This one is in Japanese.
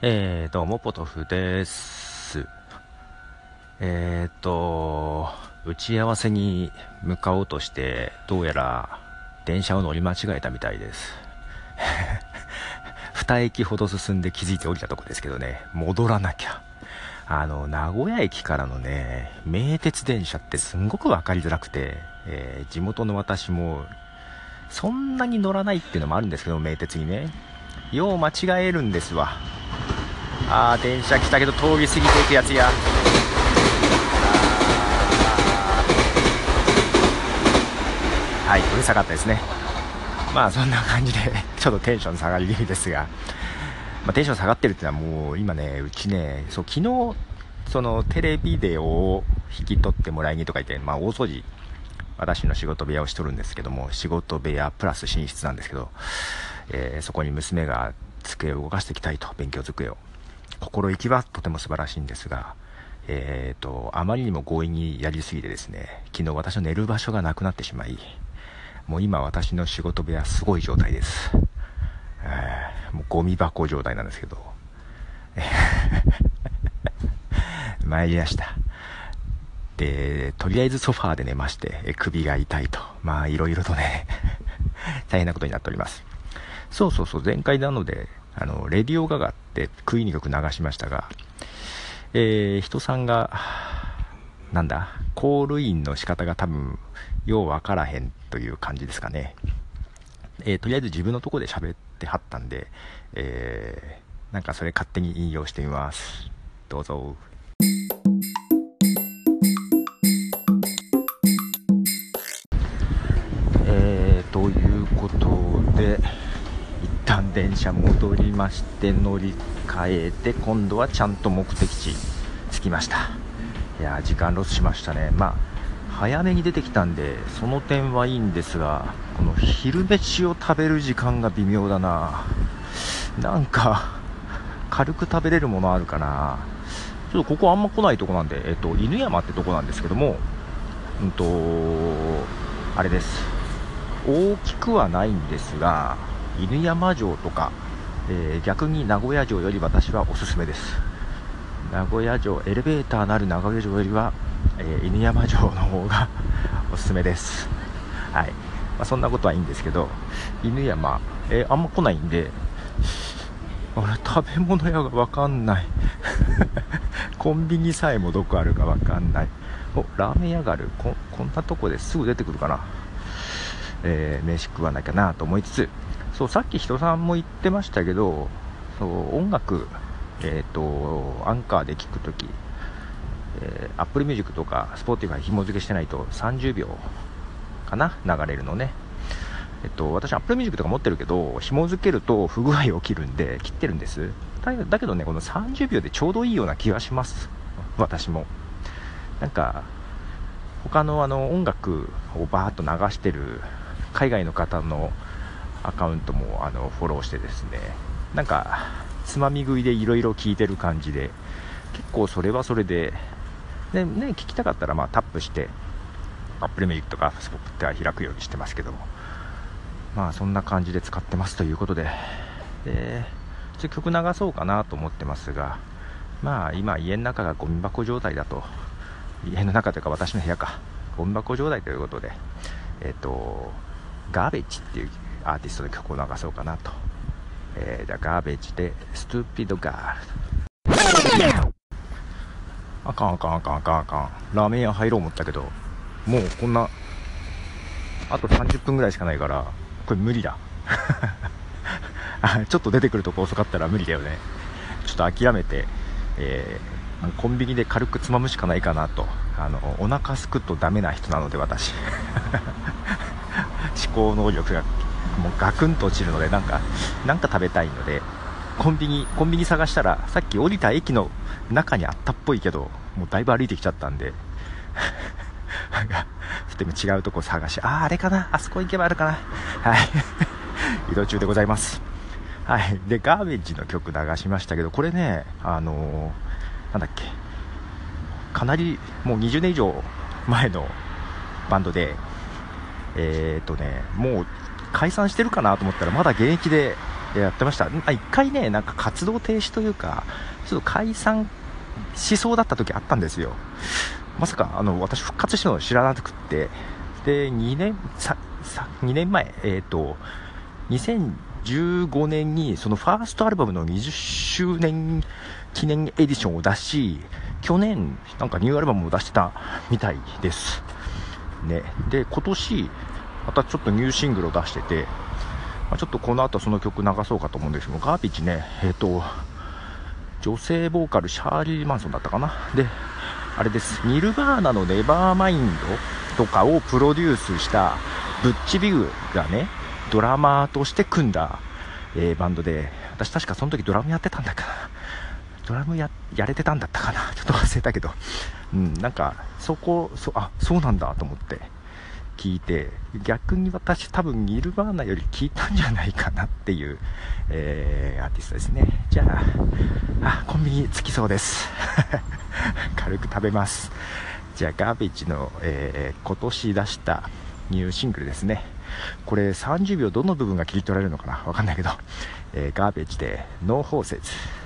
どうも、ポトフです。打ち合わせに向かおうとして、どうやら電車を乗り間違えたみたいです。2駅ほど進んで気づいて降りたとこですけどね、戻らなきゃ。名古屋駅からのね、名鉄電車ってすんごく分かりづらくて、地元の私もそんなに乗らないっていうのもあるんですけど、名鉄にね、よう間違えるんですわ。電車来たけど通り過ぎていくやつや。はい、うるさかったですね。まあそんな感じでちょっとテンション下がり気味ですが、テンション下がってるっていうのはもう今ね、うちね、昨日そのテレビデオを引き取ってもらいにとか言って、大掃除、私の仕事部屋をしとるんですけども、仕事部屋プラス寝室なんですけど、そこに娘が机を動かしていきたいと、勉強机を。心意気はとても素晴らしいんですが、あまりにも強引にやりすぎてですね、昨日私の寝る場所がなくなってしまい、もう今私の仕事部屋すごい状態です。もうゴミ箱状態なんですけど、参りました。で、とりあえずソファーで寝まして、首が痛いと。いろいろとね、大変なことになっております。そう、前回なので、レディオガガってクイーン曲流しましたが、人さんが、コールインの仕方が多分、ようわからへんという感じですかね。とりあえず自分のところで喋ってはったんで、それ勝手に引用してみます。どうぞ。ということで、一旦電車戻りまして乗り換えて、今度はちゃんと目的地着きました。いや時間ロスしましたね。早めに出てきたんでその点はいいんですが、この昼飯を食べる時間が微妙だな。軽く食べれるものあるかな。ちょっとここあんま来ないとこなんで、犬山ってとこなんですけども、あれです。大きくはないんですが、犬山城とか、逆に名古屋城より私はおすすめです。名古屋城、エレベーターのある名古屋城よりは、犬山城の方がおすすめです。はい。そんなことはいいんですけど、犬山、あんま来ないんで、食べ物屋が分かんないコンビニさえもどこあるか分かんない。ラーメン屋がある。こんなとこですぐ出てくるかな。飯食わなきゃなと思いつつ、さっき人さんも言ってましたけど、音楽、アンカーで聞くとき、Apple Music とか Spotify 紐付けしてないと30秒かな、流れるのね。私 Apple Music とか持ってるけど、紐付けると不具合起きるんで切ってるんです。だけどね、この30秒でちょうどいいような気がします。私も他の音楽をバーッと流してる海外の方のアカウントもフォローしてですね、つまみ食いでいろいろ聞いてる感じで、結構それはそれで聞きたかったらタップしてApple Music とか Spotify 開くようにしてますけども、そんな感じで使ってますということで、曲流そうかなと思ってますが、今家の中がゴミ箱状態だと、家の中というか私の部屋か、ゴミ箱状態ということで、ガーベッジっていうアーティストの曲を流そうかなと。じゃあガーベッジでストゥーピッドガール。あかん。ラーメン屋入ろう思ったけど、もうこんなあと30分ぐらいしかないから、これ無理だちょっと出てくるとこ遅かったら無理だよね。ちょっと諦めて、もうコンビニで軽くつまむしかないかなと。お腹すくとダメな人なので私思考能力がもうガクンと落ちるので、食べたいので、コンビニ探したら、さっき降りた駅の中にあったっぽいけど、もうだいぶ歩いてきちゃったんででも違うとこ探し、あれかな、あそこ行けばあるかな。はい移動中でございます。はい。でガーベッジの曲流しましたけど、これね、かなりもう20年以上前のバンドで、もう解散してるかなと思ったらまだ現役でやってました。一回ね、なんか活動停止というか、ちょっと解散しそうだった時あったんですよ。まさか私復活したのを知らなくって、で2年前、2015年にそのファーストアルバムの20周年記念エディションを出し、去年なんかニューアルバムを出してたみたいですね。で今年またちょっとニューシングルを出してて、ちょっとこの後その曲流そうかと思うんですけど、ガーベージね、女性ボーカルシャーリー・マンソンだったかな。であれです、ニルバーナのネバーマインドとかをプロデュースしたブッチ・ビグがね、ドラマーとして組んだ、バンドで、私確かその時ドラムやってたんだかな、ドラム やれてたんだったかな、ちょっと忘れたけど、なんかそうなんだと思って聞いて、逆に私多分ニルバーナより聞いたんじゃないかなっていう、アーティストですね。じゃあコンビニ着きそうです軽く食べます。じゃあガーベージの、今年出したニューシングルですね。これ30秒どの部分が切り取られるのかな、わかんないけど、ガーベージでノーホーセズ。